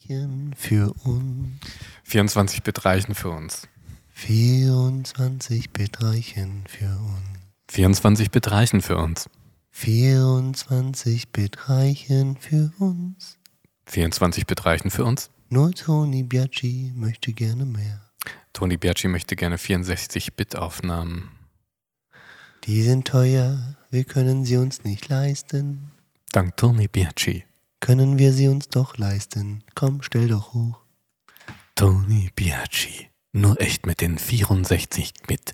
reichen für uns. 24-Bit reichen für uns. 24-Bit reichen für uns. 24-Bit reichen für uns. 24-Bit reichen für uns. 24-Bit reichen für uns. Nur Tony Biaggi möchte gerne mehr. Tony Biaggi möchte gerne 64-Bit-Aufnahmen. Die sind teuer, wir können sie uns nicht leisten. Dank Tony Biaggi. Können wir sie uns doch leisten. Komm, stell doch hoch. Tony Biaggi. Nur echt mit den 64-Bit.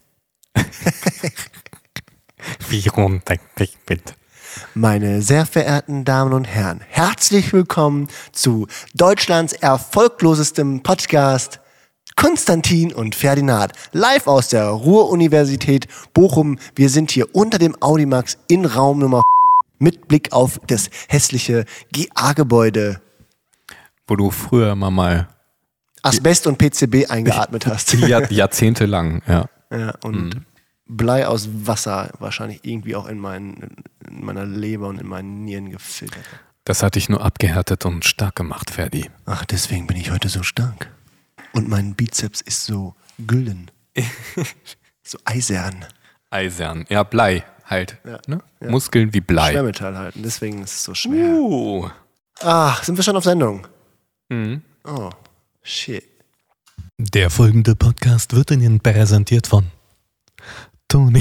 64-Bit. Meine sehr verehrten Damen und Herren, herzlich willkommen zu Deutschlands erfolglosestem Podcast Konstantin und Ferdinand, live aus der Ruhr-Universität Bochum. Wir sind hier unter dem Audimax in Raum Nummer mit Blick auf das hässliche GA-Gebäude. Wo du früher mal Asbest und PCB eingeatmet hast. Jahrzehntelang, ja. Ja, und Blei aus Wasser wahrscheinlich irgendwie auch in meiner Leber und in meinen Nieren gefiltert. Das hat dich nur abgehärtet und stark gemacht, Ferdi. Ach, deswegen bin ich heute so stark. Und mein Bizeps ist so gülden. So eisern. Eisern, ja, Blei halt. Ja, ne? ja. Muskeln wie Blei. Schwermetall halten, deswegen ist es so schwer. Ach, sind wir schon auf Sendung? Mhm. Oh, shit. Der folgende Podcast wird Ihnen präsentiert von Tony.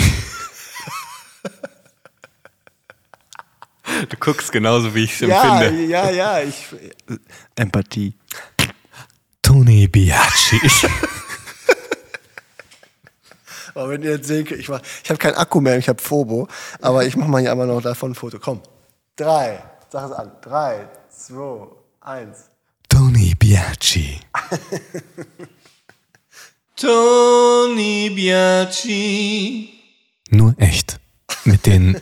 Du guckst genauso, wie ich es empfinde. Ja. Empathie. Tony Biaggi. Aber wenn ihr jetzt seht, ich habe keinen Akku mehr, ich habe Phobo, aber ich mache mal hier einmal noch davon ein Foto. Komm. 3, sag es an. 3, 2, 1. Tony Biaggi. Tony Biaggi. Nur echt. Mit den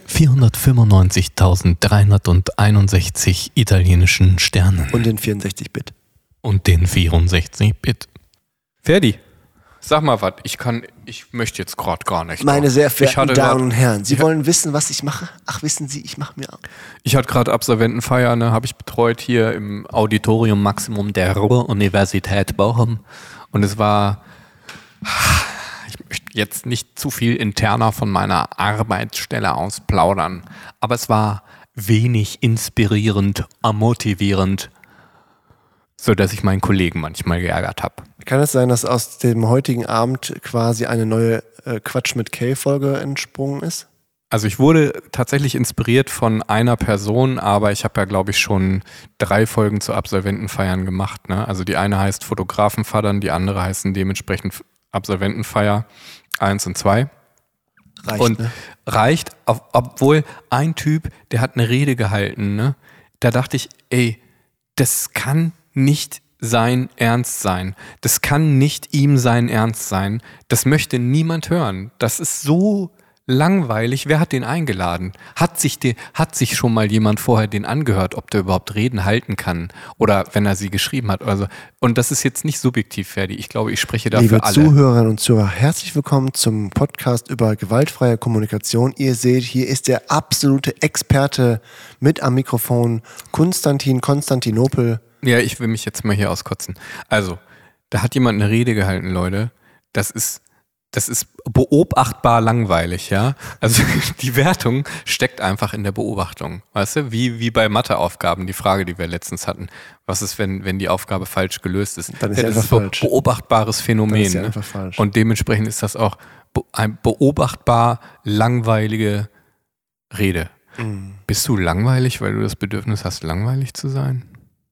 495.361 italienischen Sternen. Und den 64-Bit. Und den 64-Bit. Ferdi, sag mal was. Ich möchte jetzt gerade gar nicht. Meine sehr verehrten Damen und Herren, Sie wollen wissen, was ich mache? Ach, wissen Sie, ich mache mir auch. Ich hatte gerade Absolventenfeier, habe ich betreut hier im Auditorium Maximum der Ruhr-Universität Bochum. Und es war, ich möchte jetzt nicht zu viel interner von meiner Arbeitsstelle aus plaudern, aber es war wenig inspirierend, motivierend, so dass ich meinen Kollegen manchmal geärgert habe. Kann es sein, dass aus dem heutigen Abend quasi eine neue Quatsch mit K-Folge entsprungen ist? Also ich wurde tatsächlich inspiriert von einer Person, aber ich habe ja, glaube ich, schon 3 Folgen zu Absolventenfeiern gemacht. Ne? Also die eine heißt Fotografenfadern, die andere heißen dementsprechend Absolventenfeier 1 und 2. Reicht, und ne? reicht, obwohl ein Typ, der hat eine Rede gehalten, ne? Da dachte ich, ey, das kann nicht sein Ernst sein. Das kann nicht ihm sein Ernst sein. Das möchte niemand hören. Das ist so langweilig. Wer hat den eingeladen? Hat sich schon mal jemand vorher den angehört, ob der überhaupt Reden halten kann? Oder wenn er sie geschrieben hat? Also, und das ist jetzt nicht subjektiv, Ferdi. Ich glaube, ich spreche dafür Liebe alle. Zuhörerinnen und Zuhörer, herzlich willkommen zum Podcast über gewaltfreie Kommunikation. Ihr seht, hier ist der absolute Experte mit am Mikrofon, Konstantinopel. Ja, ich will mich jetzt mal hier auskotzen. Also, da hat jemand eine Rede gehalten, Leute. Das ist beobachtbar langweilig, ja. Also die Wertung steckt einfach in der Beobachtung, weißt du? Wie bei Matheaufgaben, die Frage, die wir letztens hatten. Was ist, wenn die Aufgabe falsch gelöst ist? Dann ist sie das einfach ist so falsch. Beobachtbares Phänomen. Dann ist sie ne? einfach falsch. Und dementsprechend ist das auch eine beobachtbar langweilige Rede. Mhm. Bist du langweilig, weil du das Bedürfnis hast, langweilig zu sein?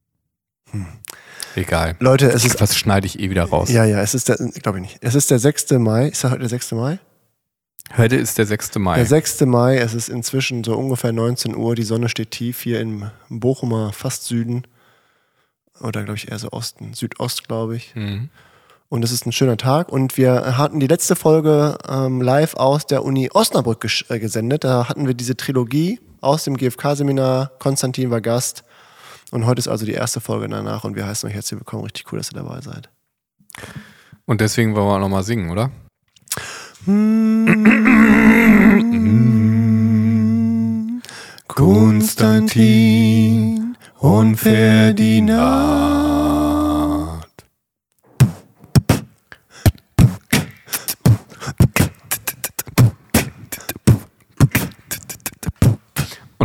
Egal. Leute, es ist... Was schneide ich wieder raus? Ja, es ist glaube ich nicht. Es ist der 6. Mai. Ist das heute der 6. Mai? Heute ist der 6. Mai. Der 6. Mai, es ist inzwischen so ungefähr 19 Uhr. Die Sonne steht tief hier im Bochumer, fast Süden. Oder glaube ich eher so Osten. Südost, glaube ich. Mhm. Und es ist ein schöner Tag. Und wir hatten die letzte Folge live aus der Uni Osnabrück gesendet. Da hatten wir diese Trilogie aus dem GfK-Seminar. Konstantin war Gast. Und heute ist also die erste Folge danach und wir heißen euch herzlich willkommen. Richtig cool, dass ihr dabei seid. Und deswegen wollen wir auch nochmal singen, oder? Konstantin und Ferdinand.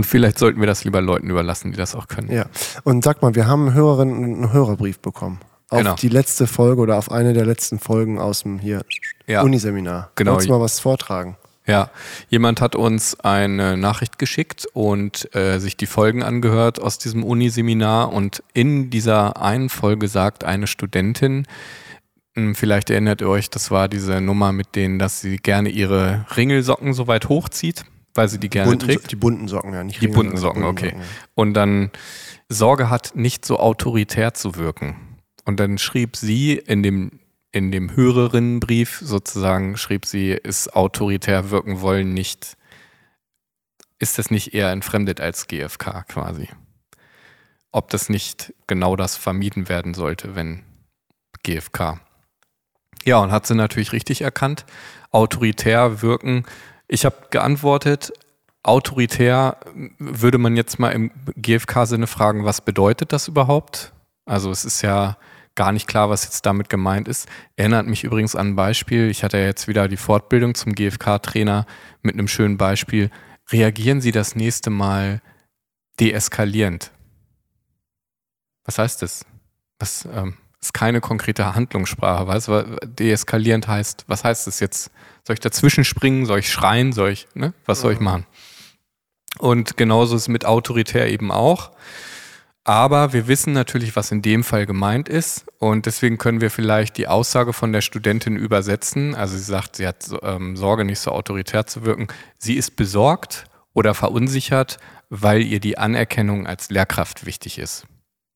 Und vielleicht sollten wir das lieber Leuten überlassen, die das auch können. Ja, und sag mal, wir haben einen einen Hörerbrief bekommen. Auf die letzte Folge oder auf eine der letzten Folgen aus dem Uniseminar. Genau. Wolltest du mal was vortragen? Ja, jemand hat uns eine Nachricht geschickt und sich die Folgen angehört aus diesem Uniseminar. Und in dieser einen Folge sagt eine Studentin, vielleicht erinnert ihr euch, das war diese Nummer mit denen, dass sie gerne ihre Ringelsocken so weit hochzieht, weil sie die gerne trägt. Die bunten Socken, ja, nicht Die bunten Socken, okay. Socken, ja. Und dann Sorge hat, nicht so autoritär zu wirken. Und dann schrieb sie in dem Hörerinnenbrief sozusagen, ist autoritär wirken wollen nicht, ist das nicht eher entfremdet als GfK quasi? Ob das nicht genau das vermieden werden sollte, wenn GfK. Ja, und hat sie natürlich richtig erkannt. Autoritär wirken. Ich habe geantwortet, autoritär würde man jetzt mal im GfK-Sinne fragen, was bedeutet das überhaupt? Also es ist ja gar nicht klar, was jetzt damit gemeint ist. Erinnert mich übrigens an ein Beispiel. Ich hatte ja jetzt wieder die Fortbildung zum GfK-Trainer mit einem schönen Beispiel. Reagieren Sie das nächste Mal deeskalierend. Was heißt das? Das ist keine konkrete Handlungssprache. Weißt du, deeskalierend heißt, was heißt das jetzt? Soll ich dazwischen springen? Soll ich schreien? Was soll ich machen? Und genauso ist es mit autoritär eben auch. Aber wir wissen natürlich, was in dem Fall gemeint ist und deswegen können wir vielleicht die Aussage von der Studentin übersetzen. Also sie sagt, sie hat Sorge, nicht so autoritär zu wirken. Sie ist besorgt oder verunsichert, weil ihr die Anerkennung als Lehrkraft wichtig ist.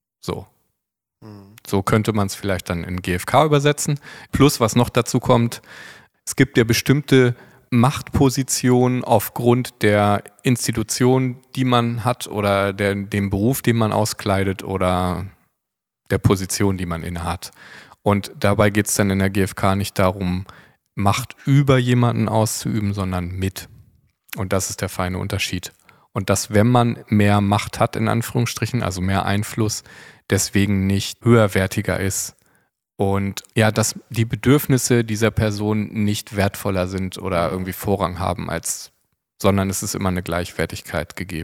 So könnte man es vielleicht dann in GfK übersetzen. Plus, was noch dazu kommt, es gibt ja bestimmte Machtposition aufgrund der Institution, die man hat oder dem Beruf, den man auskleidet oder der Position, die man innehat. Und dabei geht es dann in der GfK nicht darum, Macht über jemanden auszuüben, sondern mit. Und das ist der feine Unterschied. Und dass, wenn man mehr Macht hat, in Anführungsstrichen, also mehr Einfluss, deswegen nicht höherwertiger ist. Und ja, dass die Bedürfnisse dieser Person nicht wertvoller sind oder irgendwie Vorrang haben, sondern es ist immer eine Gleichwertigkeit gegeben.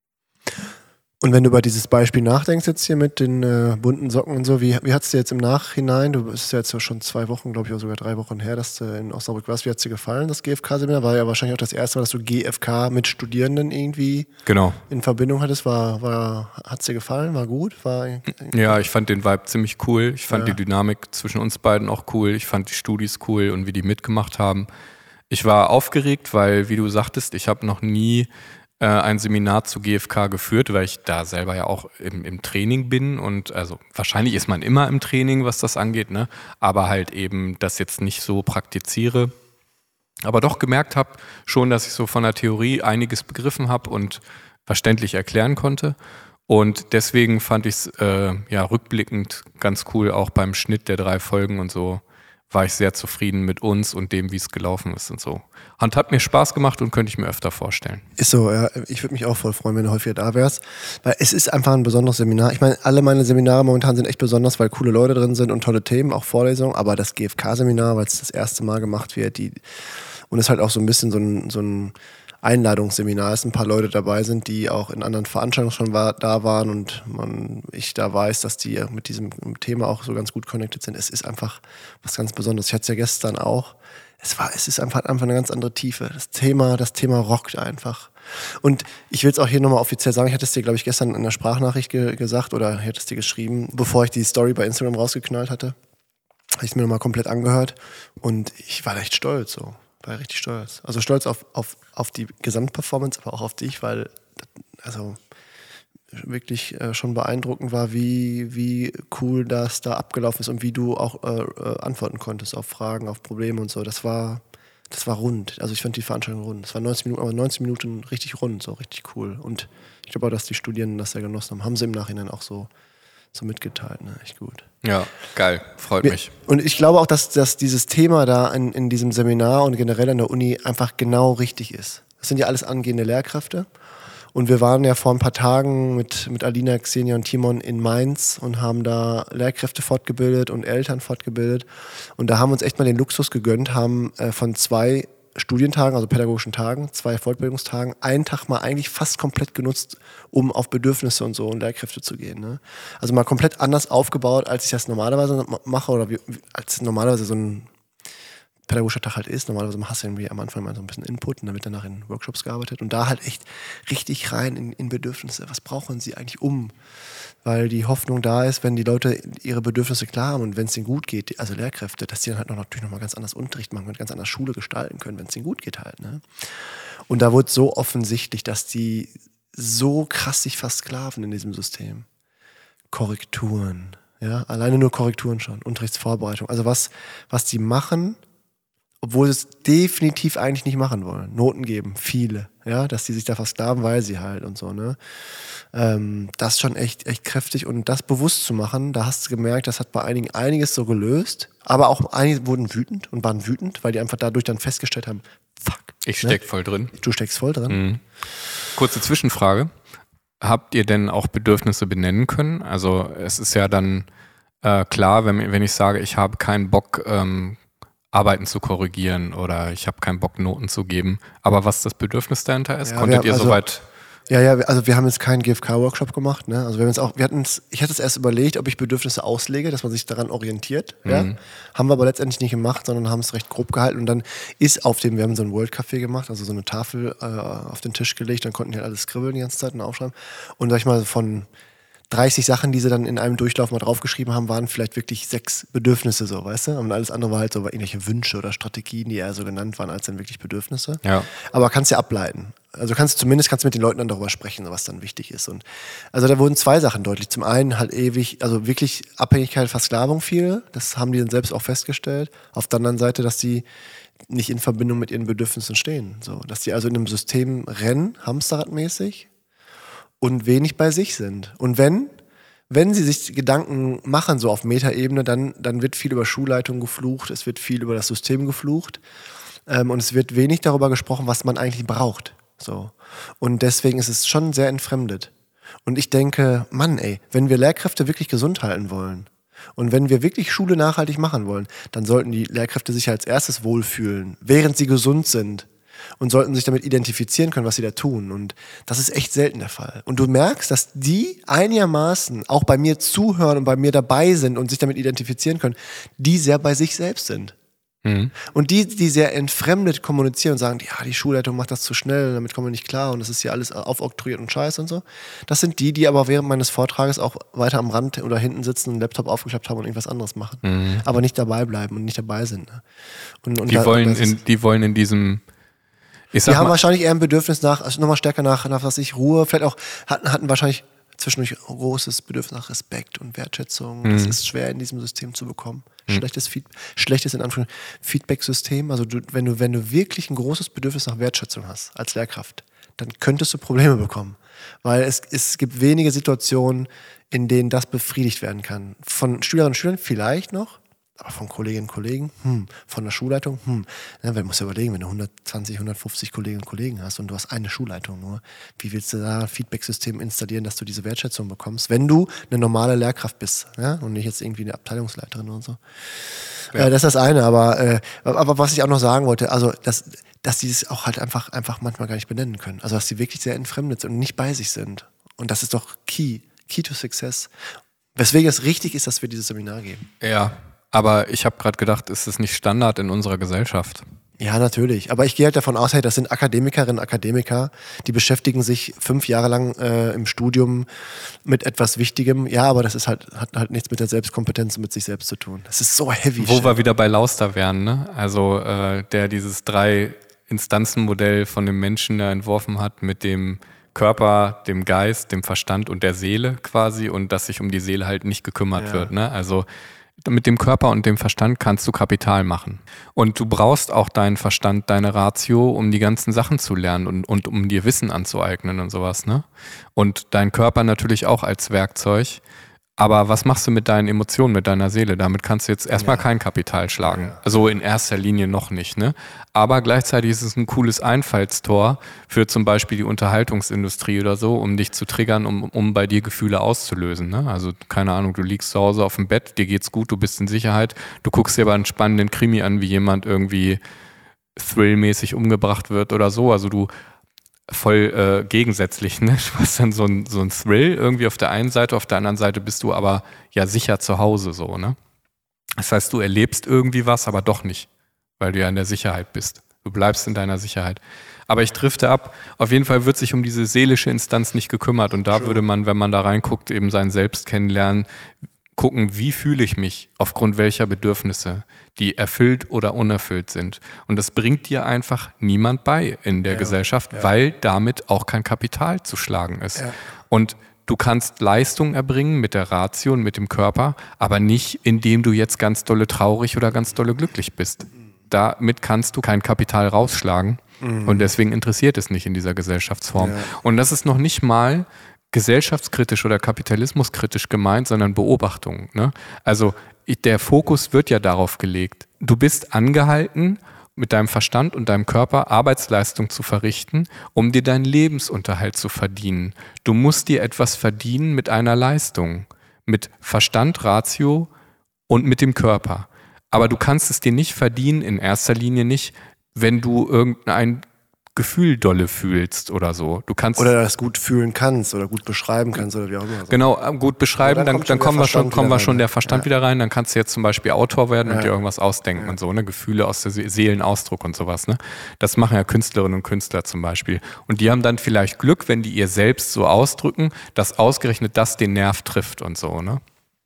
Und wenn du über dieses Beispiel nachdenkst jetzt hier mit den bunten Socken und so, wie hat es dir jetzt im Nachhinein, du bist ja jetzt schon 2 Wochen, glaube ich, oder sogar 3 Wochen her, dass du in Osnabrück warst, wie hat es dir gefallen, das GfK-Seminar? War ja wahrscheinlich auch das erste Mal, dass du GfK mit Studierenden irgendwie in Verbindung hattest. Hat es dir gefallen? War gut? Ja, ich fand den Vibe ziemlich cool. Ich fand die Dynamik zwischen uns beiden auch cool. Ich fand die Studis cool und wie die mitgemacht haben. Ich war aufgeregt, weil, wie du sagtest, ich habe noch nie ein Seminar zu GfK geführt, weil ich da selber ja auch im Training bin und also wahrscheinlich ist man immer im Training, was das angeht, ne? Aber halt eben das jetzt nicht so praktiziere. Aber doch gemerkt habe schon, dass ich so von der Theorie einiges begriffen habe und verständlich erklären konnte. Und deswegen fand ich es rückblickend ganz cool, auch beim Schnitt der 3 Folgen und so war ich sehr zufrieden mit uns und dem, wie es gelaufen ist und so. Und hat mir Spaß gemacht und könnte ich mir öfter vorstellen. Ist so, ja. Ich würde mich auch voll freuen, wenn du häufiger da wärst. Weil es ist einfach ein besonderes Seminar. Ich meine, alle meine Seminare momentan sind echt besonders, weil coole Leute drin sind und tolle Themen, auch Vorlesungen. Aber das GfK-Seminar, weil es das erste Mal gemacht wird, und es halt auch so ein bisschen so ein Einladungsseminar ist, ein paar Leute dabei sind, die auch in anderen Veranstaltungen schon da waren und ich da weiß, dass die mit diesem Thema auch so ganz gut connected sind. Es ist einfach was ganz Besonderes. Ich hatte es ja gestern auch. Es ist einfach eine ganz andere Tiefe. Das Thema rockt einfach. Und ich will es auch hier nochmal offiziell sagen, ich hatte es dir, glaube ich, gestern in der Sprachnachricht gesagt oder ich hatte es dir geschrieben, bevor ich die Story bei Instagram rausgeknallt hatte. Habe ich es mir nochmal komplett angehört und ich war echt stolz so. War richtig stolz. Also stolz auf die Gesamtperformance, aber auch auf dich, weil wirklich schon beeindruckend war, wie cool das da abgelaufen ist und wie du auch antworten konntest auf Fragen, auf Probleme und so. Das war rund. Also ich fand die Veranstaltung rund. Es waren 90 Minuten, aber 90 Minuten richtig rund, so richtig cool. Und ich glaube auch, dass die Studierenden das sehr genossen haben. Haben sie im Nachhinein auch so mitgeteilt, ne? Echt gut. Ja, geil. Freut mich. Und ich glaube auch, dass dieses Thema da in diesem Seminar und generell an der Uni einfach genau richtig ist. Das sind ja alles angehende Lehrkräfte. Und wir waren ja vor ein paar Tagen mit Alina, Xenia und Timon in Mainz und haben da Lehrkräfte fortgebildet und Eltern fortgebildet. Und da haben wir uns echt mal den Luxus gegönnt, haben von 2 Studientagen, also pädagogischen Tagen, 2 Fortbildungstagen, einen Tag mal eigentlich fast komplett genutzt, um auf Bedürfnisse und so und Lehrkräfte zu gehen. Ne? Also mal komplett anders aufgebaut, als ich das normalerweise mache oder als normalerweise so ein pädagogischer Tag halt ist. Normalerweise hast du irgendwie am Anfang mal so ein bisschen Input und dann wird danach in Workshops gearbeitet und da halt echt richtig rein in Bedürfnisse. Was brauchen sie eigentlich Weil die Hoffnung da ist, wenn die Leute ihre Bedürfnisse klar haben und wenn es ihnen gut geht, also Lehrkräfte, dass die dann halt natürlich noch mal ganz anders Unterricht machen können, ganz anders Schule gestalten können, wenn es ihnen gut geht halt. Ne? Und da wurde so offensichtlich, dass die so krass sich versklaven in diesem System. Korrekturen, ja, alleine nur Korrekturen schon, Unterrichtsvorbereitung. Also was die machen, obwohl sie es definitiv eigentlich nicht machen wollen. Noten geben, viele, ja, dass die sich da versklaven, weil sie halt und so, ne. Das ist schon echt kräftig und das bewusst zu machen, da hast du gemerkt, das hat bei einigen einiges so gelöst, aber auch einige wurden wütend und waren wütend, weil die einfach dadurch dann festgestellt haben, fuck. Ich steck voll drin. Du steckst voll drin. Mhm. Kurze Zwischenfrage. Habt ihr denn auch Bedürfnisse benennen können? Also es ist ja dann klar, wenn ich sage, ich habe keinen Bock, Arbeiten zu korrigieren oder ich habe keinen Bock, Noten zu geben. Aber was das Bedürfnis dahinter ist, konntet ihr soweit... Ja, also wir haben jetzt keinen GfK-Workshop gemacht. Ne? Also ich hatte es erst überlegt, ob ich Bedürfnisse auslege, dass man sich daran orientiert. Ja? Haben wir aber letztendlich nicht gemacht, sondern haben es recht grob gehalten. Und dann ist wir haben so ein World Café gemacht, also so eine Tafel auf den Tisch gelegt, dann konnten die halt alles skribbeln die ganze Zeit und aufschreiben. Und sag ich mal, von 30 Sachen, die sie dann in einem Durchlauf mal draufgeschrieben haben, waren vielleicht wirklich 6 Bedürfnisse so, weißt du? Und alles andere war halt so irgendwelche Wünsche oder Strategien, die eher so genannt waren, als dann wirklich Bedürfnisse. Ja. Aber kannst ja ableiten. Also kannst du mit den Leuten dann darüber sprechen, was dann wichtig ist. Und also da wurden 2 Sachen deutlich. Zum einen halt also wirklich Abhängigkeit, Versklavung viel. Das haben die dann selbst auch festgestellt. Auf der anderen Seite, dass die nicht in Verbindung mit ihren Bedürfnissen stehen. So, dass die also in einem System rennen, hamsterradmäßig, und wenig bei sich sind. Und wenn sie sich Gedanken machen, so auf Metaebene, dann wird viel über Schulleitung geflucht, es wird viel über das System geflucht und es wird wenig darüber gesprochen, was man eigentlich braucht. So. Und deswegen ist es schon sehr entfremdet. Und ich denke, Mann, wenn wir Lehrkräfte wirklich gesund halten wollen und wenn wir wirklich Schule nachhaltig machen wollen, dann sollten die Lehrkräfte sich als erstes wohlfühlen, während sie gesund sind. Und sollten sich damit identifizieren können, was sie da tun. Und das ist echt selten der Fall. Und du merkst, dass die einigermaßen auch bei mir zuhören und bei mir dabei sind und sich damit identifizieren können, die sehr bei sich selbst sind. Mhm. Und die sehr entfremdet kommunizieren und sagen, ja, die Schulleitung macht das zu schnell, damit kommen wir nicht klar und das ist hier alles aufoktroyiert und scheiße und so. Das sind die aber während meines Vortrages auch weiter am Rand oder hinten sitzen, einen Laptop aufgeklappt haben und irgendwas anderes machen. Aber nicht dabei bleiben und nicht dabei sind. Und die wollen in diesem... Die haben wahrscheinlich eher ein Bedürfnis nochmal stärker nach was ich, Ruhe, vielleicht auch, hatten wahrscheinlich zwischendurch großes Bedürfnis nach Respekt und Wertschätzung. Das ist schwer in diesem System zu bekommen. Schlechtes in Anführungszeichen Feedback-System. Also wenn du wirklich ein großes Bedürfnis nach Wertschätzung hast als Lehrkraft, dann könntest du Probleme bekommen. Weil es gibt wenige Situationen, in denen das befriedigt werden kann. Von Schülerinnen und Schülern vielleicht noch, aber von Kolleginnen und Kollegen, von der Schulleitung, Ja, man muss ja überlegen, wenn du 120, 150 Kolleginnen und Kollegen hast und du hast eine Schulleitung nur, wie willst du da ein Feedback-System installieren, dass du diese Wertschätzung bekommst, wenn du eine normale Lehrkraft bist, ja, und nicht jetzt irgendwie eine Abteilungsleiterin oder so. Ja. Das ist das eine, aber was ich auch noch sagen wollte, also dass die es auch halt einfach manchmal gar nicht benennen können. Also dass die wirklich sehr entfremdet sind und nicht bei sich sind. Und das ist doch Key to Success. Weswegen es richtig ist, dass wir dieses Seminar geben. Ja. Aber ich habe gerade gedacht, ist es nicht Standard in unserer Gesellschaft? Ja, natürlich. Aber ich gehe halt davon aus, das sind Akademikerinnen und Akademiker, die beschäftigen sich 5 Jahre lang im Studium mit etwas Wichtigem. Ja, aber das ist hat halt nichts mit der Selbstkompetenz und mit sich selbst zu tun. Das ist so heavy. Wo wir wieder bei Lauster wären, ne? Also der dieses 3-Instanzen-Modell von dem Menschen da entworfen hat mit dem Körper, dem Geist, dem Verstand und der Seele quasi und dass sich um die Seele halt nicht gekümmert wird, ne? Also mit dem Körper und dem Verstand kannst du Kapital machen. Und du brauchst auch deinen Verstand, deine Ratio, um die ganzen Sachen zu lernen und um dir Wissen anzueignen und sowas, ne? Und dein Körper natürlich auch als Werkzeug. Aber was machst du mit deinen Emotionen, mit deiner Seele? Damit kannst du jetzt erstmal kein Kapital schlagen. Ja. Also in erster Linie noch nicht, ne? Aber gleichzeitig ist es ein cooles Einfallstor für zum Beispiel die Unterhaltungsindustrie oder so, um dich zu triggern, um bei dir Gefühle auszulösen, ne? Also keine Ahnung, du liegst zu Hause auf dem Bett, dir geht's gut, du bist in Sicherheit, du guckst dir aber einen spannenden Krimi an, wie jemand irgendwie thrillmäßig umgebracht wird oder so. Also du voll gegensätzlich, ne? Du hast dann so ein Thrill irgendwie auf der einen Seite, auf der anderen Seite bist du aber ja sicher zu Hause so, ne? Das heißt, du erlebst irgendwie was, aber doch nicht, weil du ja in der Sicherheit bist. Du bleibst in deiner Sicherheit. Aber ich drifte ab. Auf jeden Fall wird sich um diese seelische Instanz nicht gekümmert. Und da würde man, wenn man da reinguckt, eben sein Selbst kennenlernen, gucken, wie fühle ich mich aufgrund welcher Bedürfnisse, die erfüllt oder unerfüllt sind. Und das bringt dir einfach niemand bei in der Gesellschaft, weil damit auch kein Kapital zu schlagen ist. Ja. Und du kannst Leistung erbringen mit der Ratio und mit dem Körper, aber nicht, indem du jetzt ganz dolle traurig oder ganz dolle glücklich bist. Damit kannst du kein Kapital rausschlagen. Und deswegen interessiert es nicht in dieser Gesellschaftsform. Ja. Und das ist noch nicht mal gesellschaftskritisch oder kapitalismuskritisch gemeint, sondern Beobachtung. Ne? Also der Fokus wird ja darauf gelegt. Du bist angehalten, mit deinem Verstand und deinem Körper Arbeitsleistung zu verrichten, um dir deinen Lebensunterhalt zu verdienen. Du musst dir etwas verdienen mit einer Leistung, mit Verstand, Ratio und mit dem Körper. Aber du kannst es dir nicht verdienen, in erster Linie nicht, wenn du irgendein Gefühl dolle fühlst oder so. Du kannst oder das gut fühlen kannst oder gut beschreiben kannst oder wie auch immer. Genau, gut beschreiben, dann kommen wir schon der Verstand wieder rein, dann kannst du jetzt zum Beispiel Autor werden und dir irgendwas ausdenken und so, ne? Gefühle aus der Seelenausdruck und sowas, ne? Das machen ja Künstlerinnen und Künstler zum Beispiel. Und die haben dann vielleicht Glück, wenn die ihr selbst so ausdrücken, dass ausgerechnet das den Nerv trifft und so, ne?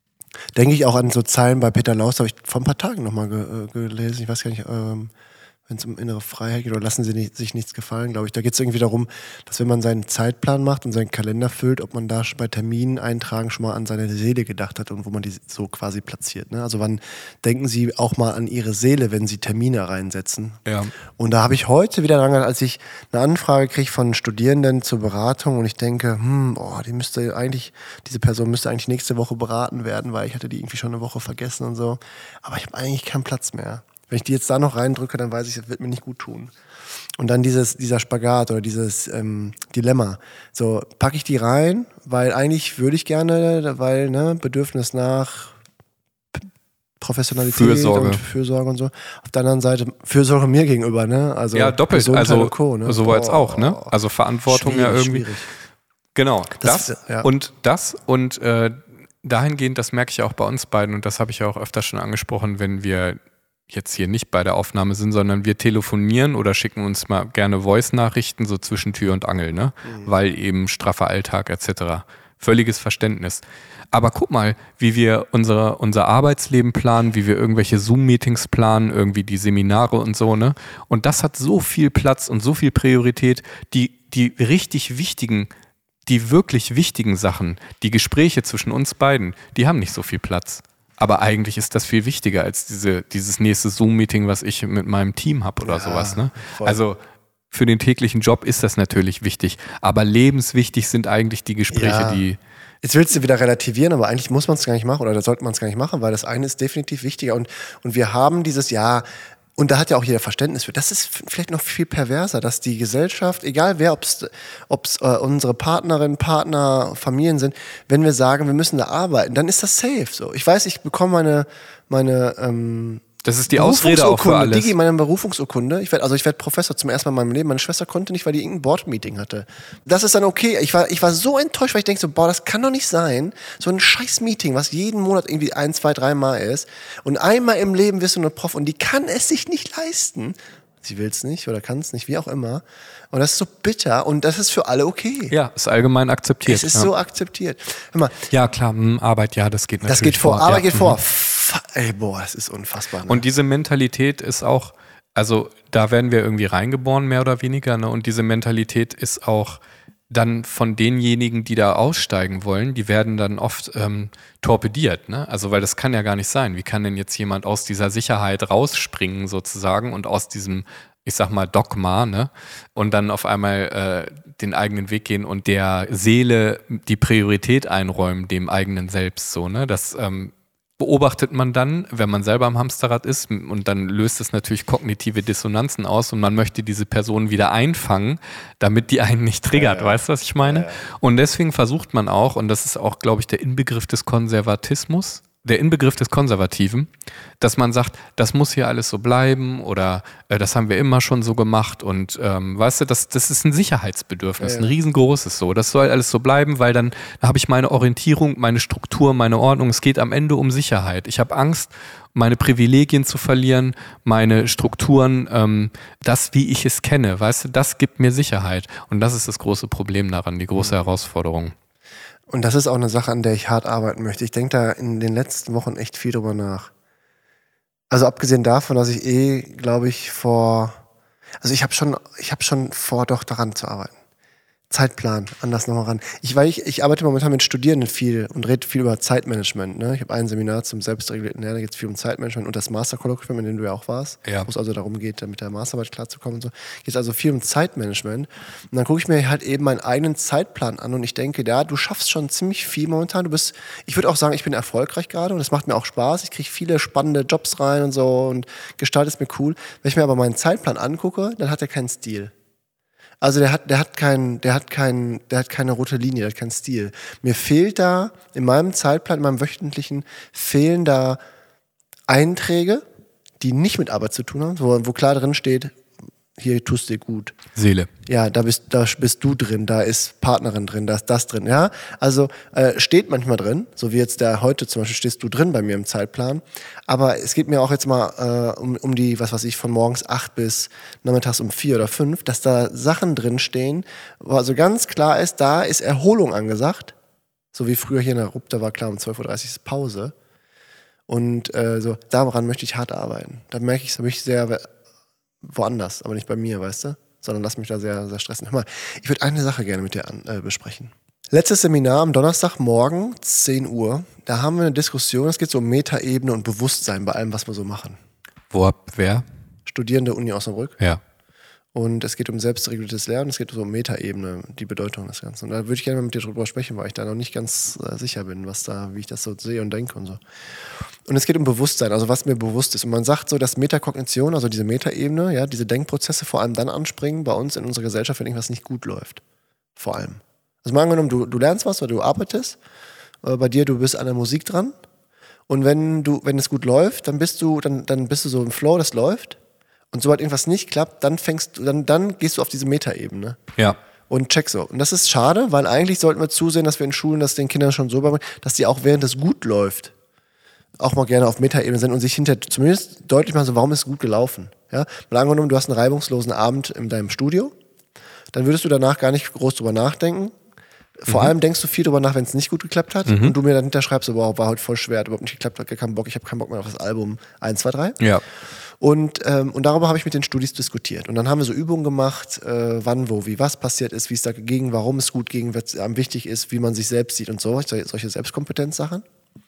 Denke ich auch an so Zeilen bei Peter Laus, habe ich vor ein paar Tagen nochmal gelesen, ich weiß gar nicht, wenn es um innere Freiheit geht, oder lassen sie sich nichts gefallen, glaube ich. Da geht es irgendwie darum, dass wenn man seinen Zeitplan macht und seinen Kalender füllt, ob man da bei Terminen eintragen schon mal an seine Seele gedacht hat und wo man die so quasi platziert. Ne? Also wann denken Sie auch mal an Ihre Seele, wenn Sie Termine reinsetzen? Ja. Und da habe ich heute wieder dran gedacht, als ich eine Anfrage kriege von Studierenden zur Beratung und ich denke, diese Person müsste eigentlich nächste Woche beraten werden, weil ich hatte die irgendwie schon eine Woche vergessen und so. Aber ich habe eigentlich keinen Platz mehr. Wenn ich die jetzt da noch reindrücke, dann weiß ich, das wird mir nicht gut tun. Und dann dieser Spagat oder dieses Dilemma. So, packe ich die rein, weil eigentlich würde ich gerne, weil Bedürfnis nach Professionalität und Fürsorge und so. Auf der anderen Seite Fürsorge mir gegenüber, ne? Also ja, doppelt, also Co, ne? So jetzt auch, ne? Also Verantwortung ja irgendwie. Schwierig. Genau, das und dahingehend, das merke ich auch bei uns beiden und das habe ich ja auch öfter schon angesprochen, wenn wir jetzt hier nicht bei der Aufnahme sind, sondern wir telefonieren oder schicken uns mal gerne Voice-Nachrichten so zwischen Tür und Angel, ne? Weil eben straffer Alltag etc. Völliges Verständnis. Aber guck mal, wie wir unser Arbeitsleben planen, wie wir irgendwelche Zoom-Meetings planen, irgendwie die Seminare und so, ne? Und das hat so viel Platz und so viel Priorität, die richtig wichtigen, die wirklich wichtigen Sachen, die Gespräche zwischen uns beiden, die haben nicht so viel Platz. Aber eigentlich ist das viel wichtiger als dieses nächste Zoom-Meeting, was ich mit meinem Team habe oder sowas. Ne? Also für den täglichen Job ist das natürlich wichtig. Aber lebenswichtig sind eigentlich die Gespräche, die... Jetzt willst du wieder relativieren, aber eigentlich muss man es gar nicht machen oder da sollte man es gar nicht machen, weil das eine ist definitiv wichtiger. Und wir haben dieses Jahr... Und da hat ja auch jeder Verständnis für. Das ist vielleicht noch viel perverser, dass die Gesellschaft, egal wer, ob es unsere Partnerinnen, Partner, Familien sind, wenn wir sagen, wir müssen da arbeiten, dann ist das safe. So, ich weiß, ich bekomme meine das ist die Ausrede auch für alles. Meine Berufungsurkunde. Ich werde Professor zum ersten Mal in meinem Leben. Meine Schwester konnte nicht, weil die irgendein Board-Meeting hatte. Das ist dann okay. Ich war so enttäuscht, weil ich denke so, das kann doch nicht sein. So ein scheiß Meeting, was jeden Monat irgendwie 1, 2, 3 Mal ist. Und einmal im Leben wirst du eine Prof und die kann es sich nicht leisten. Sie will es nicht oder kann es nicht, wie auch immer. Und das ist so bitter und das ist für alle okay. Ja, ist allgemein akzeptiert. Es ist so akzeptiert. Hör mal, ja, klar, Arbeit, ja, das geht natürlich. Das geht vor. Arbeit geht vor. Ey, das ist unfassbar. Ne? Und diese Mentalität ist auch, also da werden wir irgendwie reingeboren, mehr oder weniger, ne? Und diese Mentalität ist auch dann von denjenigen, die da aussteigen wollen, die werden dann oft torpediert, ne? Also weil das kann ja gar nicht sein. Wie kann denn jetzt jemand aus dieser Sicherheit rausspringen sozusagen und aus diesem, ich sag mal, Dogma, ne? Und dann auf einmal den eigenen Weg gehen und der Seele die Priorität einräumen, dem eigenen Selbst so, ne? Das beobachtet man dann, wenn man selber am Hamsterrad ist und dann löst es natürlich kognitive Dissonanzen aus und man möchte diese Person wieder einfangen, damit die einen nicht triggert, weißt du, was ich meine? Ja. Und deswegen versucht man auch, und das ist auch, glaube ich, der Inbegriff des Konservatismus, der Inbegriff des Konservativen, dass man sagt, das muss hier alles so bleiben oder das haben wir immer schon so gemacht und weißt du, das ist ein Sicherheitsbedürfnis, ein riesengroßes so. Das soll alles so bleiben, weil dann habe ich meine Orientierung, meine Struktur, meine Ordnung. Es geht am Ende um Sicherheit. Ich habe Angst, meine Privilegien zu verlieren, meine Strukturen, das, wie ich es kenne, weißt du, das gibt mir Sicherheit. Und das ist das große Problem daran, die große Herausforderung. Und das ist auch eine Sache, an der ich hart arbeiten möchte. Ich denke da in den letzten Wochen echt viel drüber nach. Also abgesehen davon, dass ich glaube ich, ich habe schon vor, doch daran zu arbeiten. Zeitplan, anders nochmal ran. Ich arbeite momentan mit Studierenden viel und rede viel über Zeitmanagement. Ne? Ich habe ein Seminar zum selbstregulierten Lernen, da geht es viel um Zeitmanagement und das Masterkolloquium, in dem du ja auch warst, wo es also darum geht, mit der Masterarbeit klarzukommen und so. Geht also viel um Zeitmanagement. Und dann gucke ich mir halt eben meinen eigenen Zeitplan an und ich denke, ja, du schaffst schon ziemlich viel momentan. Ich würde auch sagen, ich bin erfolgreich gerade und das macht mir auch Spaß. Ich kriege viele spannende Jobs rein und so und Gestalt ist mir cool. Wenn ich mir aber meinen Zeitplan angucke, dann hat er keinen Stil. Also der hat keine rote Linie, der hat keinen Stil. Mir fehlt da in meinem Zeitplan, in meinem wöchentlichen, fehlen da Einträge, die nicht mit Arbeit zu tun haben, wo klar drin steht, hier tust dir gut. Seele. Ja, da bist du drin, da ist Partnerin drin, da ist das drin. Ja, also steht manchmal drin, so wie jetzt heute zum Beispiel stehst du drin bei mir im Zeitplan. Aber es geht mir auch jetzt mal um die, was weiß ich, von morgens 8 bis nachmittags um 4 oder 5, dass da Sachen drin stehen, wo also ganz klar ist, da ist Erholung angesagt. So wie früher hier in der RUP, da war klar, um 12.30 Uhr ist Pause. Und so daran möchte ich hart arbeiten. Da merke ich, da bin ich sehr woanders, aber nicht bei mir, weißt du? Sondern lass mich da sehr, sehr stressen. Hör mal, ich würde eine Sache gerne mit dir besprechen. Letztes Seminar am Donnerstagmorgen, 10 Uhr, da haben wir eine Diskussion, es geht so um Metaebene und Bewusstsein bei allem, was wir so machen. Wer? Studierende Uni Osnabrück. Ja. Und es geht um selbstreguliertes Lernen, es geht so um Metaebene, die Bedeutung des Ganzen. Und da würde ich gerne mal mit dir drüber sprechen, weil ich da noch nicht ganz sicher bin, wie ich das so sehe und denke und so. Und es geht um Bewusstsein, also was mir bewusst ist. Und man sagt so, dass Metakognition, also diese Metaebene, ja, diese Denkprozesse vor allem dann anspringen bei uns in unserer Gesellschaft, wenn irgendwas nicht gut läuft. Vor allem. Also mal angenommen, du lernst was oder du arbeitest, bei dir, du bist an der Musik dran und wenn es gut läuft, dann bist du so im Flow, das läuft. Und sobald irgendwas nicht klappt, dann gehst du auf diese Metaebene. Ja. Und check so. Und das ist schade, weil eigentlich sollten wir zusehen, dass wir in Schulen das den Kindern schon so beibringen, dass die auch während es gut läuft, auch mal gerne auf Metaebene sind und sich hinterher zumindest deutlich machen, so, warum ist es gut gelaufen? Ja? Mal angenommen, du hast einen reibungslosen Abend in deinem Studio, dann würdest du danach gar nicht groß drüber nachdenken. Vor allem denkst du viel drüber nach, wenn es nicht gut geklappt hat und du mir dann hinterschreibst, so, wow, war heute voll schwer, hat überhaupt nicht geklappt, hat gar keinen Bock, ich habe keinen Bock mehr auf das Album 1, 2, 3. Ja. Und darüber habe ich mit den Studis diskutiert. Und dann haben wir so Übungen gemacht, wann, wo, wie, was passiert ist, wie es dagegen, warum es gut gegen wichtig ist, wie man sich selbst sieht und so, solche Selbstkompetenzsachen.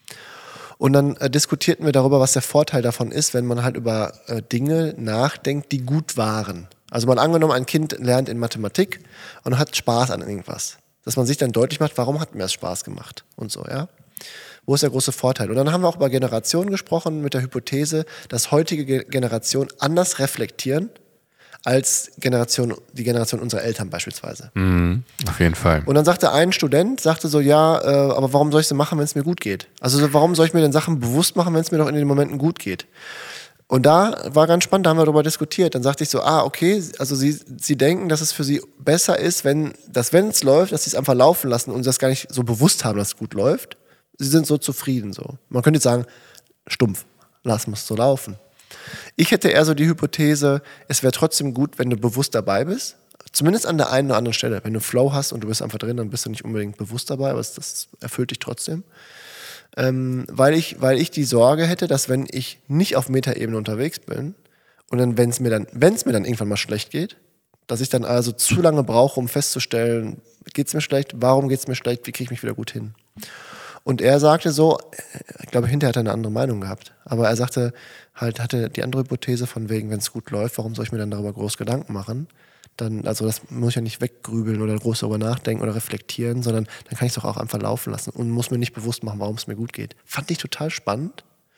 Und dann diskutierten wir darüber, was der Vorteil davon ist, wenn man halt über Dinge nachdenkt, die gut waren. Also mal angenommen, ein Kind lernt in Mathematik und hat Spaß an irgendwas. Dass man sich dann deutlich macht, warum hat mir das Spaß gemacht und so, ja. Wo ist der große Vorteil? Und dann haben wir auch über Generationen gesprochen mit der Hypothese, dass heutige Generationen anders reflektieren als die Generation unserer Eltern beispielsweise. Auf jeden Fall. Und dann sagte ein Student, so, ja, aber warum soll ich es machen, wenn es mir gut geht? Also so, warum soll ich mir denn Sachen bewusst machen, wenn es mir doch in den Momenten gut geht? Und da war ganz spannend, da haben wir darüber diskutiert. Dann sagte ich so, okay, also sie denken, dass es für sie besser ist, wenn es läuft, dass sie es einfach laufen lassen und das gar nicht so bewusst haben, dass es gut läuft. Sie sind so zufrieden so. Man könnte jetzt sagen, stumpf, lassen wir es so laufen. Ich hätte eher so die Hypothese, es wäre trotzdem gut, wenn du bewusst dabei bist. Zumindest an der einen oder anderen Stelle. Wenn du Flow hast und du bist einfach drin, dann bist du nicht unbedingt bewusst dabei, aber das erfüllt dich trotzdem. Weil ich die Sorge hätte, dass wenn ich nicht auf Metaebene unterwegs bin und dann, wenn es mir dann irgendwann mal schlecht geht, dass ich dann also zu lange brauche, um festzustellen, geht es mir schlecht, warum geht es mir schlecht, wie kriege ich mich wieder gut hin? Und er sagte so, ich glaube, hinterher hat er eine andere Meinung gehabt, aber er sagte halt, hatte die andere Hypothese von wegen, wenn es gut läuft, warum soll ich mir dann darüber groß Gedanken machen? Dann, also das muss ich ja nicht weggrübeln oder groß darüber nachdenken oder reflektieren, sondern dann kann ich es doch auch einfach laufen lassen und muss mir nicht bewusst machen, warum es mir gut geht. Fand ich total spannend.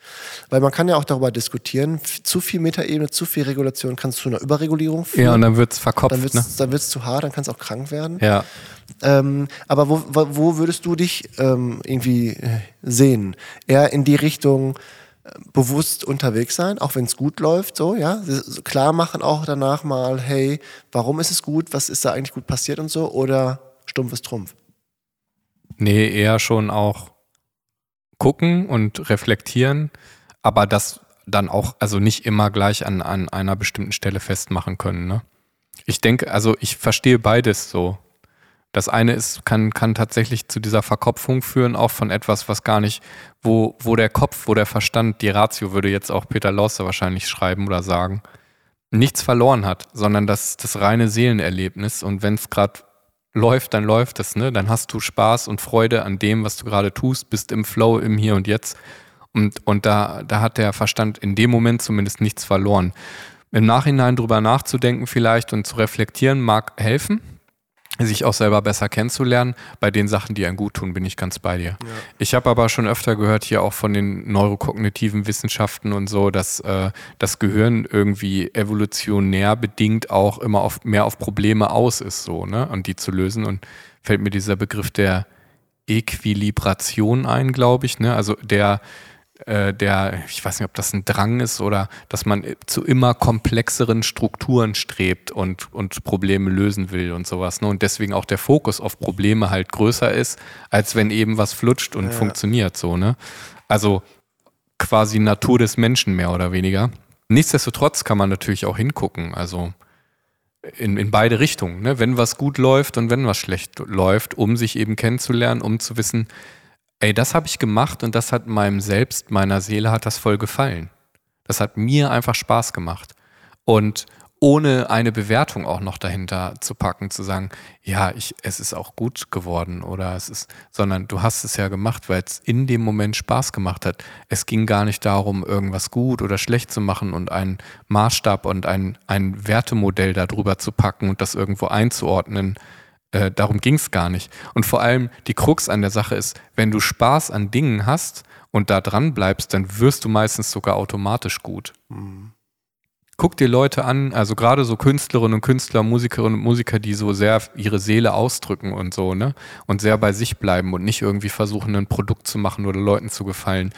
Weil man kann ja auch darüber diskutieren, zu viel Metaebene, zu viel Regulation kann zu einer Überregulierung führen. Ja, und dann wird es verkopft. Dann wird's zu hart, dann kann es auch krank werden. Ja. Aber wo würdest du dich irgendwie sehen? Eher in die Richtung bewusst unterwegs sein, auch wenn es gut läuft, so, ja? Klar machen auch danach mal, hey, warum ist es gut, was ist da eigentlich gut passiert und so, oder stumpf ist Trumpf? Nee, eher schon auch gucken und reflektieren, aber das dann auch, also nicht immer gleich an einer bestimmten Stelle festmachen können, ne? Ich denke, also ich verstehe beides so. Das eine ist, kann tatsächlich zu dieser Verkopfung führen, auch von etwas, was gar nicht, wo der Kopf, wo der Verstand, die Ratio, würde jetzt auch Peter Lorster wahrscheinlich schreiben oder sagen, nichts verloren hat, sondern das reine Seelenerlebnis. Und wenn es gerade läuft, dann läuft es, ne? Dann hast du Spaß und Freude an dem, was du gerade tust, bist im Flow, im Hier und Jetzt. Und da hat der Verstand in dem Moment zumindest nichts verloren. Im Nachhinein drüber nachzudenken vielleicht und zu reflektieren mag helfen, sich auch selber besser kennenzulernen. Bei den Sachen, die einem gut tun, bin ich ganz bei dir. Ja. Ich habe aber schon öfter gehört, hier auch von den neurokognitiven Wissenschaften und so, dass das Gehirn irgendwie evolutionär bedingt auch immer mehr auf Probleme aus ist, so, ne? Und die zu lösen. Und fällt mir dieser Begriff der Äquilibration ein, glaube ich, ne? Also ich weiß nicht, ob das ein Drang ist oder dass man zu immer komplexeren Strukturen strebt und Probleme lösen will und sowas, ne? Und deswegen auch der Fokus auf Probleme halt größer ist, als wenn eben was flutscht und funktioniert, so, ne? Also quasi Natur des Menschen mehr oder weniger. Nichtsdestotrotz kann man natürlich auch hingucken, also in beide Richtungen, ne? Wenn was gut läuft und wenn was schlecht läuft, um sich eben kennenzulernen, um zu wissen, ey, das habe ich gemacht und das hat meiner Seele hat das voll gefallen. Das hat mir einfach Spaß gemacht. Und ohne eine Bewertung auch noch dahinter zu packen, zu sagen, ja, es ist auch gut geworden sondern du hast es ja gemacht, weil es in dem Moment Spaß gemacht hat. Es ging gar nicht darum, irgendwas gut oder schlecht zu machen und einen Maßstab und ein Wertemodell darüber zu packen und das irgendwo einzuordnen. Darum ging es gar nicht. Und vor allem die Krux an der Sache ist, wenn du Spaß an Dingen hast und da dran bleibst, dann wirst du meistens sogar automatisch gut. Mhm. Guck dir Leute an, also gerade so Künstlerinnen und Künstler, Musikerinnen und Musiker, die so sehr ihre Seele ausdrücken und so, ne? Und sehr bei sich bleiben und nicht irgendwie versuchen, ein Produkt zu machen oder Leuten zu gefallen.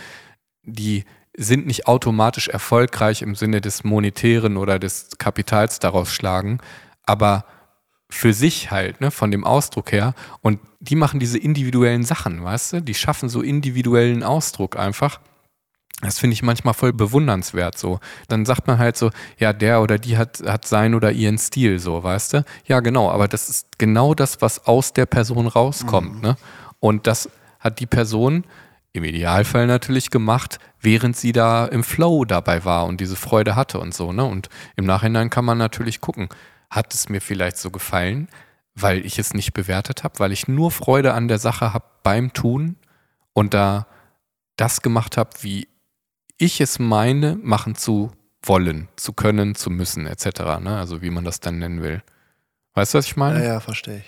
Die sind nicht automatisch erfolgreich im Sinne des Monetären oder des Kapitals daraus schlagen, aber für sich halt, ne, von dem Ausdruck her. Und die machen diese individuellen Sachen, weißt du? Die schaffen so individuellen Ausdruck einfach. Das finde ich manchmal voll bewundernswert so. Dann sagt man halt so, ja, der oder die hat sein oder ihren Stil so, weißt du? Ja, genau, aber das ist genau das, was aus der Person rauskommt, ne? Und das hat die Person im Idealfall natürlich gemacht, während sie da im Flow dabei war und diese Freude hatte und so, ne? Und im Nachhinein kann man natürlich gucken, hat es mir vielleicht so gefallen, weil ich es nicht bewertet habe, weil ich nur Freude an der Sache habe beim Tun und da das gemacht habe, wie ich es meine, machen zu wollen, zu können, zu müssen, etc., ne? Also wie man das dann nennen will. Weißt du, was ich meine? Ja, verstehe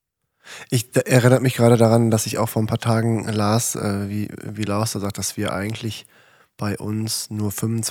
ich. Erinnert mich gerade daran, dass ich auch vor ein paar Tagen las, wie Lauster sagt, dass wir eigentlich bei uns nur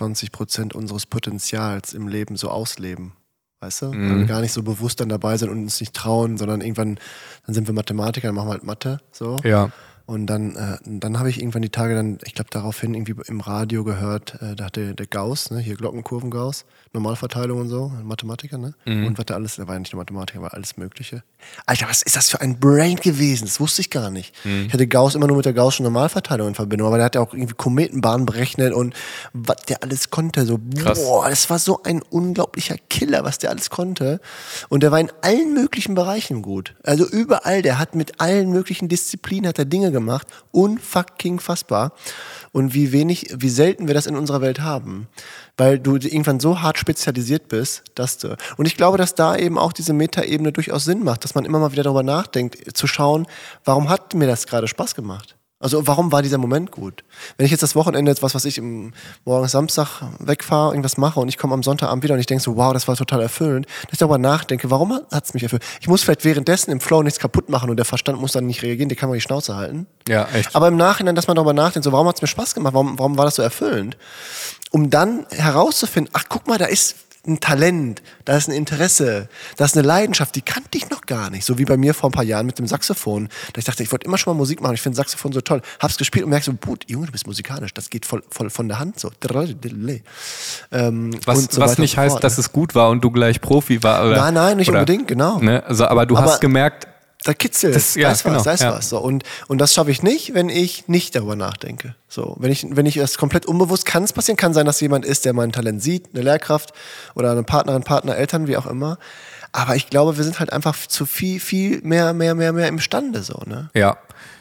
25% unseres Potenzials im Leben so ausleben. Weißt du? Weil wir gar nicht so bewusst dann dabei sind und uns nicht trauen, sondern irgendwann, dann sind wir Mathematiker, dann machen wir halt Mathe, so. Ja. Und dann habe ich irgendwann die Tage dann, ich glaube daraufhin irgendwie im Radio gehört, da hat der Gauss, ne, hier Glockenkurven-Gauss, Normalverteilung und so, Mathematiker, ne? Und was da alles, der war ja nicht nur Mathematiker, war alles Mögliche. Alter, was ist das für ein Brain gewesen? Das wusste ich gar nicht. Ich hatte Gauss immer nur mit der Gaußschen Normalverteilung in Verbindung, aber der hat ja auch irgendwie Kometenbahnen berechnet und was der alles konnte, so, krass. Boah, das war so ein unglaublicher Killer, was der alles konnte. Und der war in allen möglichen Bereichen gut. Also überall, der hat mit allen möglichen Disziplinen, hat er Dinge gemacht, unfucking fassbar. Und wie selten wir das in unserer Welt haben. Weil du irgendwann so hart spezialisiert bist, dass du. Und ich glaube, dass da eben auch diese Metaebene durchaus Sinn macht, dass man immer mal wieder darüber nachdenkt, zu schauen, warum hat mir das gerade Spaß gemacht? Also warum war dieser Moment gut? Wenn ich jetzt das Wochenende, jetzt was weiß ich, morgen Samstag wegfahre, irgendwas mache und ich komme am Sonntagabend wieder und ich denke so, wow, das war total erfüllend, dass ich darüber nachdenke, warum hat es mich erfüllt? Ich muss vielleicht währenddessen im Flow nichts kaputt machen und der Verstand muss dann nicht reagieren, der kann man die Schnauze halten. Ja, echt. Aber im Nachhinein, dass man darüber nachdenkt, so warum hat es mir Spaß gemacht, warum war das so erfüllend? Um dann herauszufinden, ach guck mal, da ist ein Talent, da ist ein Interesse, da ist eine Leidenschaft, die kannte ich noch gar nicht. So wie bei mir vor ein paar Jahren mit dem Saxophon. Da ich dachte, ich wollte immer schon mal Musik machen, ich finde Saxophon so toll. Hab's gespielt und merke so, Junge, du bist musikalisch, das geht voll von der Hand so. Was nicht heißt, dass es gut war und du gleich Profi war. Oder, nein, nicht unbedingt, genau. Ne? Also, aber du hast gemerkt, da kitzelt, da ist was. So. Und das schaffe ich nicht, wenn ich nicht darüber nachdenke. So, wenn ich das komplett unbewusst, kann es passieren, kann sein, dass jemand ist, der mein Talent sieht, eine Lehrkraft oder eine Partnerin, Partner, Eltern, wie auch immer. Aber ich glaube, wir sind halt einfach zu viel mehr imstande, so, ne? Ja.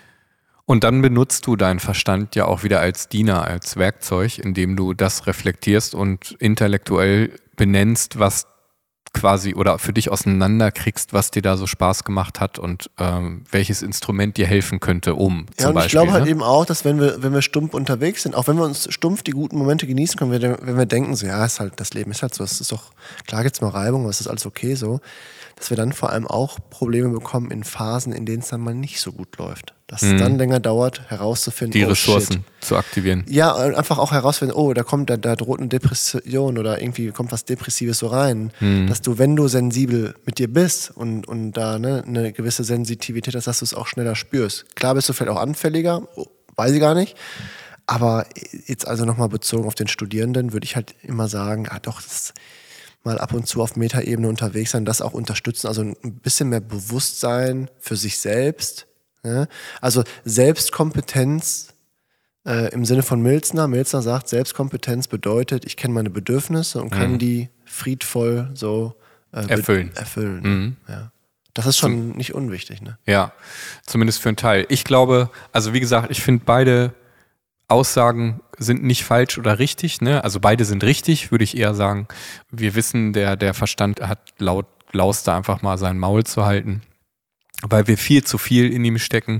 Und dann benutzt du deinen Verstand ja auch wieder als Diener, als Werkzeug, indem du das reflektierst und intellektuell benennst, was quasi oder für dich auseinanderkriegst, was dir da so Spaß gemacht hat und welches Instrument dir helfen könnte, zum Beispiel. Ich glaube halt eben auch, dass wenn wir stumpf unterwegs sind, auch wenn wir uns stumpf die guten Momente genießen können, wenn wir denken so, ja, ist halt, das Leben ist halt so, es ist doch, klar gibt's mal Reibung, aber es ist alles okay so, dass wir dann vor allem auch Probleme bekommen in Phasen, in denen es dann mal nicht so gut läuft. Dass es dann länger dauert, herauszufinden, die Ressourcen zu aktivieren. Ja, einfach auch herausfinden, da droht eine Depression oder irgendwie kommt was Depressives so rein. Dass du, wenn du sensibel mit dir bist und da eine gewisse Sensitivität hast, dass du es auch schneller spürst. Klar bist du vielleicht auch anfälliger, weiß ich gar nicht. Aber jetzt also nochmal bezogen auf den Studierenden würde ich halt immer sagen, das ist mal ab und zu auf Metaebene unterwegs sein, das auch unterstützen, also ein bisschen mehr Bewusstsein für sich selbst. Ja? Also Selbstkompetenz im Sinne von Milzner. Milzner sagt, Selbstkompetenz bedeutet, ich kenne meine Bedürfnisse und kann die friedvoll so erfüllen. Ja. Das ist schon nicht unwichtig. Ne? Ja, zumindest für einen Teil. Ich glaube, also wie gesagt, ich finde beide Aussagen sind nicht falsch oder richtig, ne? Also beide sind richtig, würde ich eher sagen. Wir wissen, der Verstand hat laut Lauster einfach mal sein Maul zu halten, weil wir viel zu viel in ihm stecken,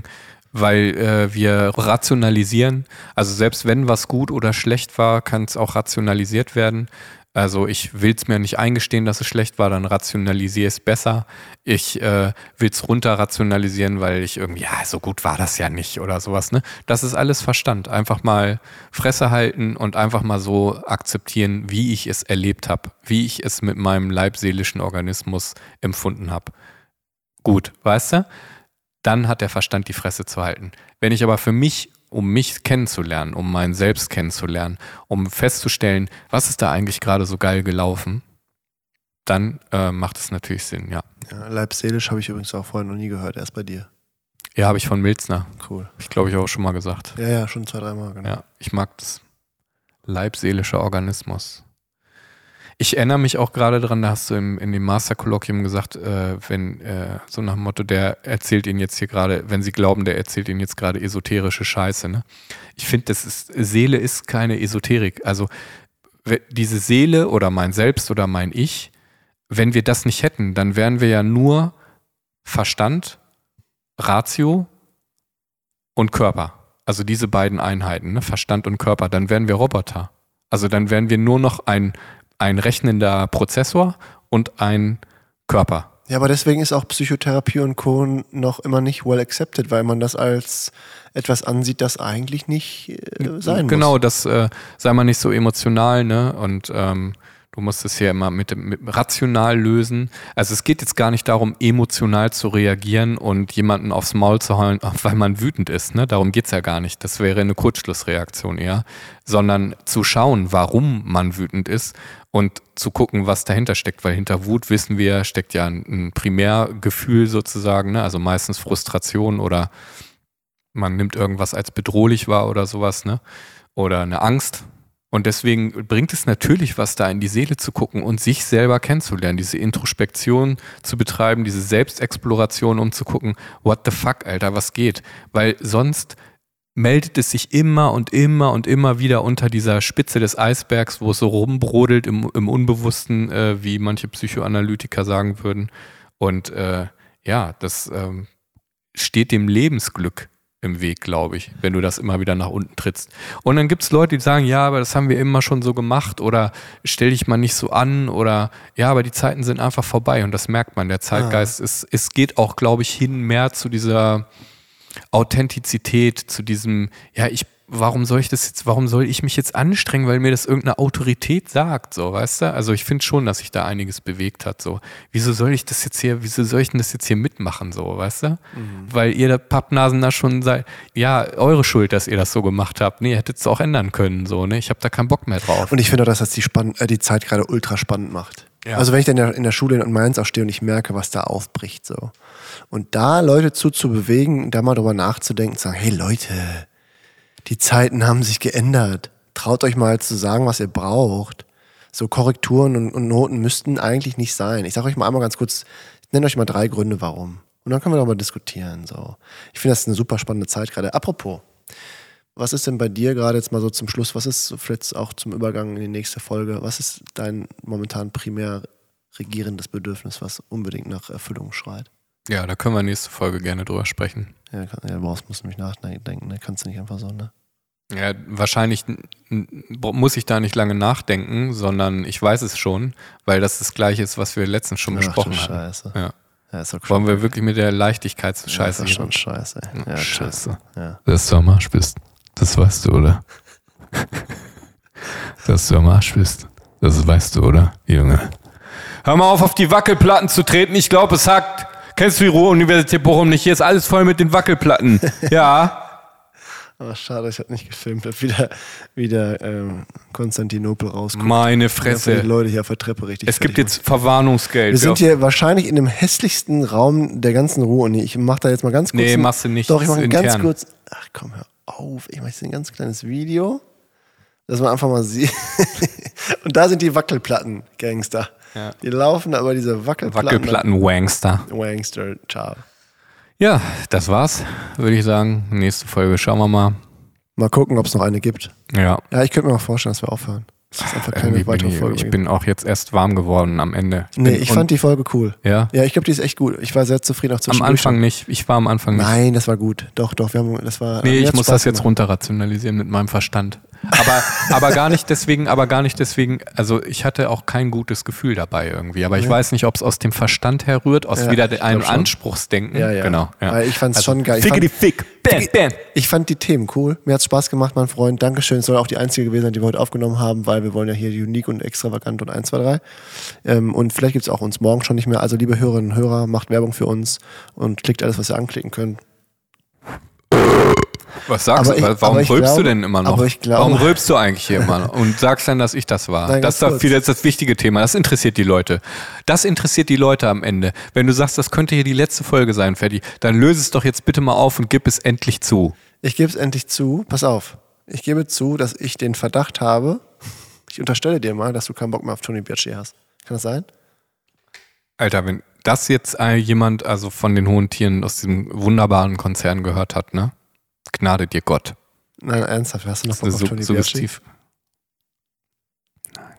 weil wir rationalisieren. Also selbst wenn was gut oder schlecht war, kann es auch rationalisiert werden. Also ich will es mir nicht eingestehen, dass es schlecht war, dann rationalisiere es besser. Ich will es runter rationalisieren, weil ich irgendwie, ja, so gut war das ja nicht oder sowas. Ne? Das ist alles Verstand. Einfach mal Fresse halten und einfach mal so akzeptieren, wie ich es erlebt habe, wie ich es mit meinem leibseelischen Organismus empfunden habe. Gut, weißt du? Dann hat der Verstand die Fresse zu halten. Wenn ich aber für mich, um mich kennenzulernen, um mein Selbst kennenzulernen, um festzustellen, was ist da eigentlich gerade so geil gelaufen, dann macht es natürlich Sinn, ja. Leibseelisch habe ich übrigens auch vorher noch nie gehört, erst bei dir. Ja, habe ich von Milzner. Cool. Ich glaube, ich habe auch schon mal gesagt. Ja, schon 2-3 Mal, genau. Ja, ich mag das. Leibseelischer Organismus. Ich erinnere mich auch gerade dran, da hast du in dem Masterkolloquium gesagt, wenn so nach dem Motto, der erzählt Ihnen jetzt hier gerade, wenn Sie glauben, der erzählt Ihnen jetzt gerade esoterische Scheiße. Ne? Ich finde, Seele ist keine Esoterik. Also diese Seele oder mein Selbst oder mein Ich, wenn wir das nicht hätten, dann wären wir ja nur Verstand, Ratio und Körper. Also diese beiden Einheiten, ne? Verstand und Körper, dann wären wir Roboter. Also dann wären wir nur noch ein rechnender Prozessor und ein Körper. Ja, aber deswegen ist auch Psychotherapie und Co. noch immer nicht well accepted, weil man das als etwas ansieht, das eigentlich nicht sein muss. Genau, das sei mal nicht so emotional, ne? Und du musst es ja immer mit rational lösen. Also es geht jetzt gar nicht darum, emotional zu reagieren und jemanden aufs Maul zu hauen, weil man wütend ist. Ne? Darum geht's ja gar nicht. Das wäre eine Kurzschlussreaktion eher. Sondern zu schauen, warum man wütend ist und zu gucken, was dahinter steckt. Weil hinter Wut, wissen wir, steckt ja ein Primärgefühl sozusagen. Ne? Also meistens Frustration oder man nimmt irgendwas als bedrohlich wahr oder sowas. Ne? Oder eine Angst. Und deswegen bringt es natürlich was, da in die Seele zu gucken und sich selber kennenzulernen, diese Introspektion zu betreiben, diese Selbstexploration, um zu gucken, what the fuck, Alter, was geht? Weil sonst meldet es sich immer und immer und immer wieder unter dieser Spitze des Eisbergs, wo es so rumbrodelt im Unbewussten, wie manche Psychoanalytiker sagen würden. Und das steht dem Lebensglück im Weg, glaube ich, wenn du das immer wieder nach unten trittst. Und dann gibt es Leute, die sagen, ja, aber das haben wir immer schon so gemacht oder stell dich mal nicht so an oder ja, aber die Zeiten sind einfach vorbei und das merkt man. Der Zeitgeist es geht auch, glaube ich, hin mehr zu dieser Authentizität, zu diesem, ja, warum soll ich mich jetzt anstrengen, weil mir das irgendeine Autorität sagt, so, weißt du? Also ich finde schon, dass sich da einiges bewegt hat, so. Wieso soll ich denn das jetzt hier mitmachen, so, weißt du? Mhm. Weil ihr da Pappnasen da schon seid, ja, eure Schuld, dass ihr das so gemacht habt. Nee, ihr hättet es auch ändern können, so, ne? Ich habe da keinen Bock mehr drauf. Und ich finde auch, dass das die Zeit gerade ultra spannend macht. Ja. Also wenn ich dann in der Schule in Mainz auch stehe und ich merke, was da aufbricht, so. Und da Leute zu bewegen, da mal drüber nachzudenken, zu sagen, hey Leute, die Zeiten haben sich geändert. Traut euch mal zu sagen, was ihr braucht. So Korrekturen und Noten müssten eigentlich nicht sein. Ich sage euch mal einmal ganz kurz, ich nenne euch mal 3 Gründe, warum. Und dann können wir doch mal diskutieren. So. Ich finde, das ist eine super spannende Zeit gerade. Apropos, was ist denn bei dir gerade jetzt mal so zum Schluss, was ist, Fritz, auch zum Übergang in die nächste Folge, was ist dein momentan primär regierendes Bedürfnis, was unbedingt nach Erfüllung schreit? Ja, da können wir nächste Folge gerne drüber sprechen. Ja, musst du nämlich nachdenken, ne? Kannst du nicht einfach so, ne? Ja, wahrscheinlich muss ich da nicht lange nachdenken, sondern ich weiß es schon, weil das Gleiche ist, was wir letztens schon besprochen haben. Scheiße. Ja, ist doch wollen wir wirklich mit der Leichtigkeitsscheiße hier? Das ist schon scheiße. Ja, scheiße. Ja. Dass du am Arsch bist, das weißt du, oder? Dass du am Arsch bist, das weißt du, oder, Junge? Hör mal auf die Wackelplatten zu treten, ich glaube, es hackt. Kennst du die Ruhr-Universität Bochum nicht? Hier ist alles voll mit den Wackelplatten. Ja. Aber schade, ich habe nicht gefilmt, wieder Konstantinopel rauskommt. Meine Fresse. Die Leute hier auf der Treppe richtig. Es gibt jetzt Verwarnungsgeld. Wir sind hier wahrscheinlich in dem hässlichsten Raum der ganzen Ruhr-Uni. Ich mache da jetzt mal ganz kurz. Nee, machst du nicht. Doch, ich mache ganz kurz. Ach komm, hör auf. Ich mache jetzt ein ganz kleines Video, dass man einfach mal sieht. Und da sind die Wackelplatten-Gangster. Ja. Die laufen da über diese Wackelplatten-Wangster. Wangster, ciao. Ja, das war's, würde ich sagen. Nächste Folge schauen wir mal. Mal gucken, ob es noch eine gibt. Ja. Ja, ich könnte mir auch vorstellen, dass wir aufhören. Das ist einfach keine weitere Folge. Ich bin auch jetzt erst warm geworden am Ende. Ich fand die Folge cool. Ja? Ja, ich glaube, die ist echt gut. Ich war sehr zufrieden auch zwischendurch. Am Anfang nicht. Ich war am Anfang nicht. Nein, das war gut. Doch, das war. Nee, ich muss das jetzt runterrationalisieren mit meinem Verstand. Aber gar nicht deswegen, also ich hatte auch kein gutes Gefühl dabei irgendwie. Aber ich weiß nicht, ob es aus dem Verstand herrührt, aus wieder einem Anspruchsdenken. Ja. Genau. Ja. Weil ich fand es schon geil. Ich fand die Themen cool. Mir hat es Spaß gemacht, mein Freund. Dankeschön. Es soll auch die einzige gewesen sein, die wir heute aufgenommen haben, weil wir wollen ja hier unique und extravagant und 1, 2, 3. Und vielleicht gibt es auch uns morgen schon nicht mehr. Also liebe Hörerinnen und Hörer, macht Werbung für uns und klickt alles, was ihr anklicken könnt. Was sagst du? Warum rülpst du denn immer noch? Warum rülpst du eigentlich hier immer noch? Und sagst dann, dass ich das war? Nein, das ist jetzt das wichtige Thema. Das interessiert die Leute. Das interessiert die Leute am Ende. Wenn du sagst, das könnte hier die letzte Folge sein, Ferdi, dann löse es doch jetzt bitte mal auf und gib es endlich zu. Ich gebe es endlich zu. Pass auf. Ich gebe zu, dass ich den Verdacht habe, ich unterstelle dir mal, dass du keinen Bock mehr auf Tony Biaggi hast. Kann das sein? Alter, wenn das jetzt jemand also von den hohen Tieren aus diesem wunderbaren Konzern gehört hat, ne? Gnade dir Gott. Nein, ernsthaft, hast du noch Bock auf Tony Biaggi? Nein.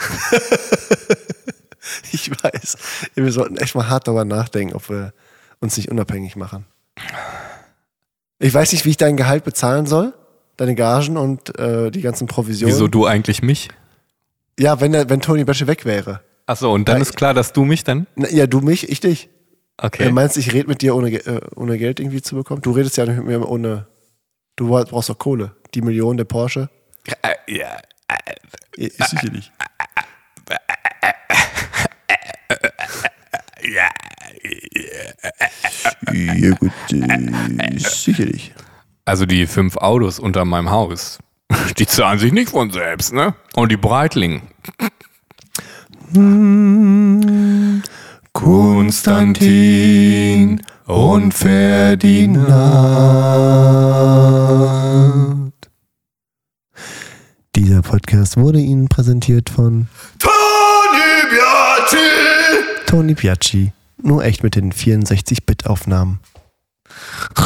Ich weiß. Wir sollten echt mal hart darüber nachdenken, ob wir uns nicht unabhängig machen. Ich weiß nicht, wie ich dein Gehalt bezahlen soll, deine Gagen und die ganzen Provisionen. Wieso du eigentlich mich? Ja, wenn Tony Biaggi weg wäre. Achso, und dann ist klar, dass du mich dann? Ja, du mich, ich dich. Okay. Meinst du, ich rede mit dir ohne Geld irgendwie zu bekommen? Du redest ja nicht mit mir ohne... Du brauchst doch Kohle. Die Million der Porsche. Ja. Sicherlich. Ja gut, sicherlich. Also die 5 Autos unter meinem Haus, die zahlen sich nicht von selbst, ne? Und die Breitling. Konstantin und Ferdinand. Dieser Podcast wurde Ihnen präsentiert von Tony Biaggi. Nur echt mit den 64-Bit-Aufnahmen.